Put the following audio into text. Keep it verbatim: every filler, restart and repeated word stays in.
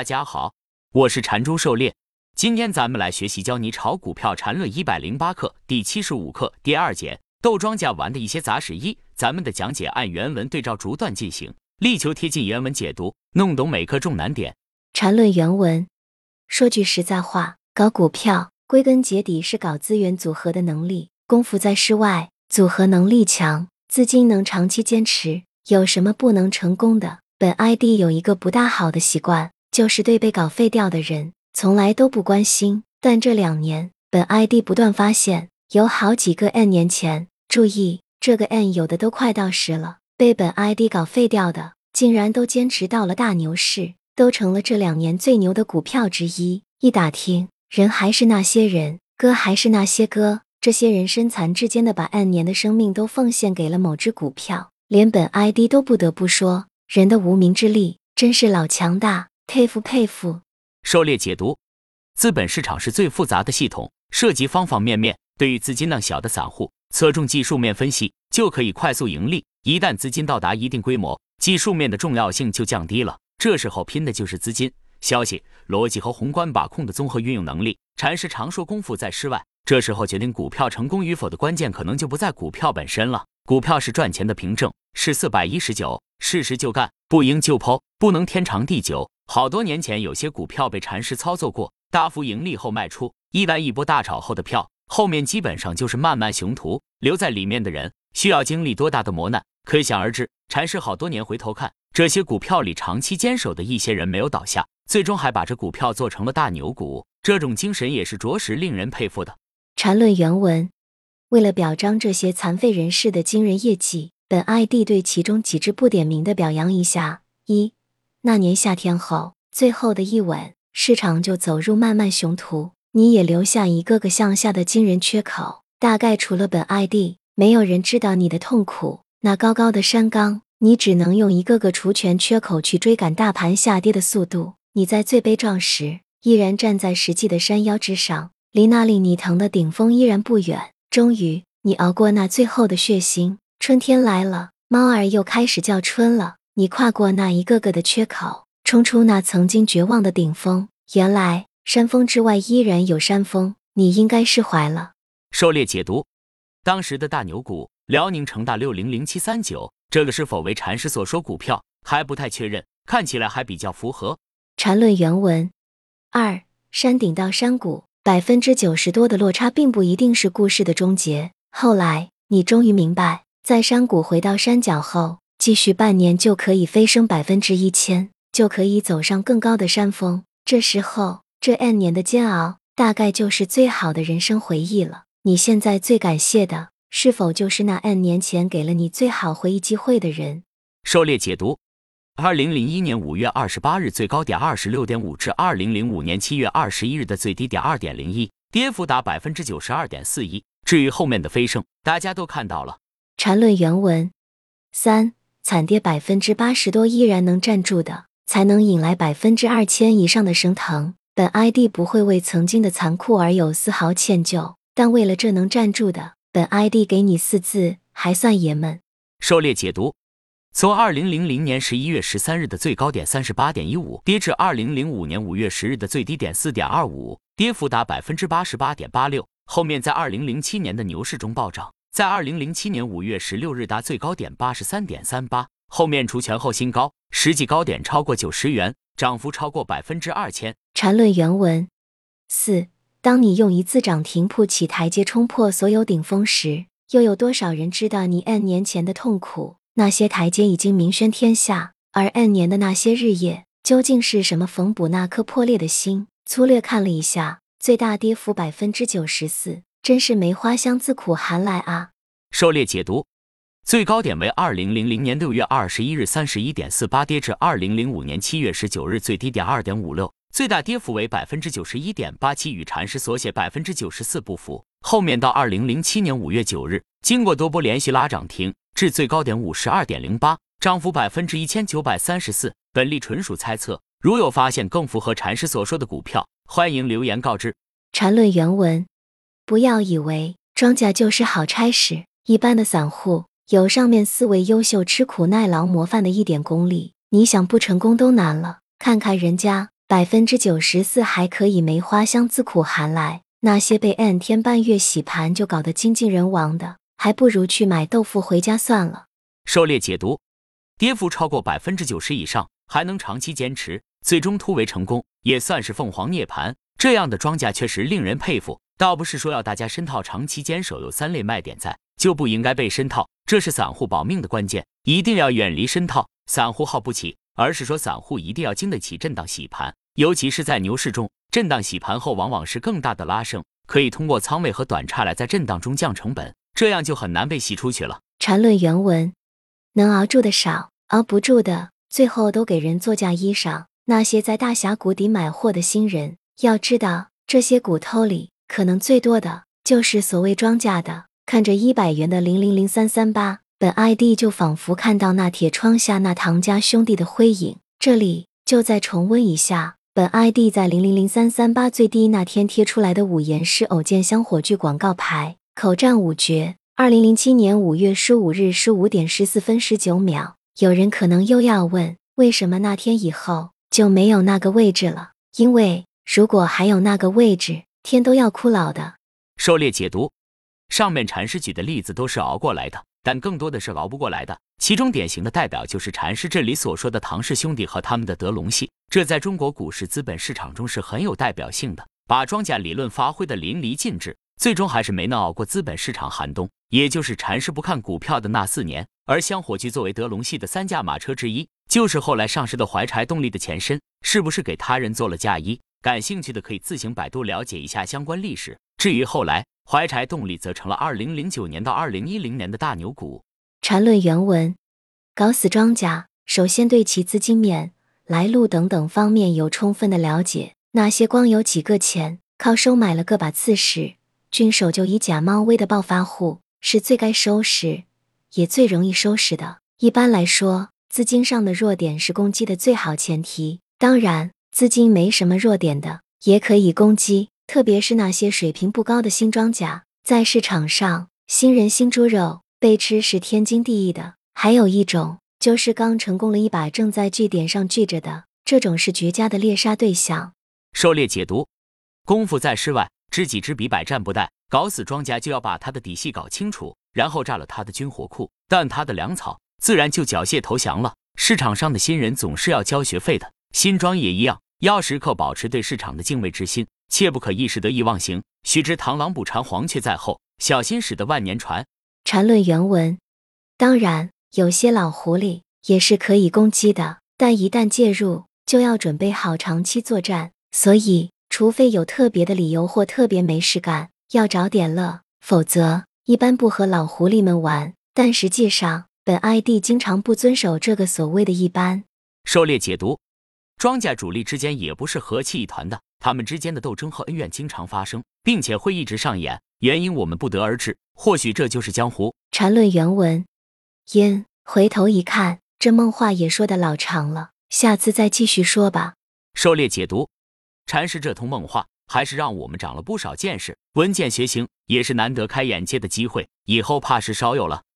大家好，我是禅中狩猎。今天咱们来学习教你炒股票禅论一百零八课第七十五课第二节斗庄家玩的一些杂事一。咱们的讲解按原文对照逐段进行，力求贴近原文解读，弄懂每课重难点。 禅论原文，说句实在话，搞股票归根结底是搞资源组合的能力，功夫在室外，组合能力强，资金能长期坚持，有什么不能成功的？本 I D 有一个不大好的习惯，就是对被稿废掉的人从来都不关心，但这两年本 I D 不断发现有好几个 N 年前，注意这个 N 有的都快到十了，被本 I D 搞废掉的竟然都坚持到了大牛市，都成了这两年最牛的股票之一。一打听，人还是那些人，歌还是那些歌，这些人身残志坚的把 N 年的生命都奉献给了某只股票，连本 I D 都不得不说，人的无名之力真是老强大，佩服佩服。 狩猎解读，资本市场是最复杂的系统，涉及方方面面，对于资金量小的散户，侧重技术面分析就可以快速盈利，一旦资金到达一定规模，技术面的重要性就降低了，这时候拼的就是资金、消息、逻辑和宏观把控的综合运用能力。禅师常说功夫在室外，这时候决定股票成功与否的关键可能就不在股票本身了。股票是赚钱的凭证，是四百一十九，是时就干，不赢就抛，不能天长地久。好多年前有些股票被禅师操作过，大幅盈利后卖出，一旦一波大炒后的票，后面基本上就是漫漫雄途，留在里面的人需要经历多大的磨难，可想而知。禅师好多年回头看，这些股票里长期坚守的一些人没有倒下，最终还把这股票做成了大牛股，这种精神也是着实令人佩服的。 禅论原文，为了表彰这些残废人士的惊人业绩，本 I D 对其中几只不点名的表扬一下。一，那年夏天后，最后的一吻，市场就走入漫漫雄途，你也留下一个个向下的惊人缺口，大概除了本 I D， 没有人知道你的痛苦。那高高的山岗，你只能用一个个除权缺口去追赶大盘下跌的速度。你在最悲壮时，依然站在实际的山腰之上，离那令你疼的顶峰依然不远。终于，你熬过那最后的血腥，春天来了，猫儿又开始叫春了。你跨过那一个个的缺口，冲出那曾经绝望的顶峰。原来，山峰之外依然有山峰，你应该释怀了。 狩猎解读，当时的大牛股辽宁成大六零零七三九，这个是否为禅师所说股票还不太确认，看起来还比较符合。 禅论原文。二，山顶到山谷，百分之九十多的落差并不一定是故事的终结。后来，你终于明白，在山谷回到山脚后，继续半年就可以飞升百分之一千，就可以走上更高的山峰。这时候，这 N 年的煎熬，大概就是最好的人生回忆了。你现在最感谢的，是否就是那 N 年前给了你最好回忆机会的人？ 狩猎解读，二零零一年五月二十八日最高点 二十六点五 至二零零五年七月二十一日的最低点 二点零一， 跌幅达 百分之九十二点四一。至于后面的飞升，大家都看到了。 禅论原文。三，惨跌 百分之八十 多依然能站住的，才能引来 百分之二千 以上的升腾。本 I D 不会为曾经的残酷而有丝毫歉疚，但为了这能站住的，本 I D 给你四字，还算爷们。 狩猎解读，从二零零零年十一月十三日的最高点 三十八点一五 跌至二零零五年五月十日的最低点 四点二五， 跌幅达 百分之八十八点八六。 后面在二零零七年的牛市中暴涨，在二零零七年五月十六日达最高点 八十三点三八， 后面除权后新高，实际高点超过九十元，涨幅超过 百分之二千。 禅论原文。四，当你用一次涨停铺起台阶冲破所有顶峰时，又有多少人知道你 N 年前的痛苦？那些台阶已经名宣天下，而 N 年的那些日夜，究竟是什么缝补那颗破裂的心？粗略看了一下，最大跌幅 百分之九十四， 真是梅花香自苦寒来啊。 狩猎解读，最高点为二零零零年六月二十一日 三十一点四八， 跌至二零零五年七月十九日最低点 二点五六， 最大跌幅为 百分之九十一点八七， 与禅师所写 百分之九十四 不符。后面到二零零七年五月九日，经过多波连续拉涨停，至最高点 五十二点零八， 涨幅 百分之一千九百三十四。 本例纯属猜测，如有发现更符合禅师所说的股票，欢迎留言告知。 禅论原文。不要以为庄稼就是好差事，一般的散户有上面四位优秀吃苦耐劳模范的一点功力，你想不成功都难了。看看人家百分之九十四还可以梅花香自苦寒来。那些被 N 天半月洗盘就搞得精尽人亡的，还不如去买豆腐回家算了。 狩猎解读：跌幅超过百分之九十以上，还能长期坚持，最终突围成功，也算是凤凰涅槃。这样的庄家确实令人佩服。倒不是说要大家深套长期坚守，有三类卖点在，就不应该被深套，这是散户保命的关键，一定要远离深套，散户耗不起。而是说散户一定要经得起震荡洗盘，尤其是在牛市中，震荡洗盘后往往是更大的拉升，可以通过仓位和短差来在震荡中降成本，这样就很难被洗出去了。 缠论原文：能熬住的少，熬不住的最后都给人做嫁衣裳。那些在大峡谷底买货的新人，要知道这些骨头里可能最多的就是所谓庄家的。看着一百元的零零零三三八，本 I D 就仿佛看到那铁窗下那唐家兄弟的灰影。这里就再重温一下本 I D 在零零零三三八最低那天贴出来的五言诗偶见香火炬广告牌，口战五绝。二零零七年五月十五日十五点十四分十九秒。有人可能又要问，为什么那天以后就没有那个位置了？因为如果还有那个位置，天都要哭老的。 狩猎解读：上面禅师举的例子都是熬过来的，但更多的是熬不过来的。其中典型的代表就是禅师这里所说的唐氏兄弟和他们的德隆系，这在中国股市资本市场中是很有代表性的，把庄家理论发挥的淋漓尽致，最终还是没能熬过资本市场寒冬，也就是禅师不看股票的那四年。而香火炬作为德隆系的三驾马车之一，就是后来上市的怀柴动力的前身，是不是给他人做了嫁衣？感兴趣的可以自行百度了解一下相关历史。至于后来怀柴动力则成了二零零九年到二零一零年的大牛股。 缠论原文：搞死庄家，首先对其资金面、来路等等方面有充分的了解。那些光有几个钱，靠收买了个把刺史、军手就以假冒伪的暴发户，是最该收拾，也最容易收拾的。一般来说，资金上的弱点是攻击的最好前提。当然，资金没什么弱点的，也可以攻击。特别是那些水平不高的新庄家，在市场上，新人新猪肉，被吃是天经地义的。还有一种，就是刚成功了一把正在据点上聚着的，这种是绝佳的猎杀对象。 狩猎解读：功夫在室外，知己知彼，百战不殆。搞死庄家就要把他的底细搞清楚，然后炸了他的军火库，断他的粮草，自然就缴械投降了。市场上的新人总是要交学费的，新庄也一样，要时刻保持对市场的敬畏之心，切不可一时得意忘形。须知螳螂捕蝉，黄雀在后，小心驶得万年船。 缠论原文：当然，有些老狐狸也是可以攻击的，但一旦介入，就要准备好长期作战。所以，除非有特别的理由或特别没事干，要找点乐，否则一般不和老狐狸们玩。但实际上，本 I D 经常不遵守这个所谓的一般。 狩猎解读：庄家主力之间也不是和气一团的，他们之间的斗争和恩怨经常发生，并且会一直上演，原因我们不得而知，或许这就是江湖。 缠论原文：因回头一看，这梦话也说得老长了，下次再继续说吧。 狩猎解读：禅师这通梦话还是让我们长了不少见识，闻见学行也是难得开眼界的机会，以后怕是少有了。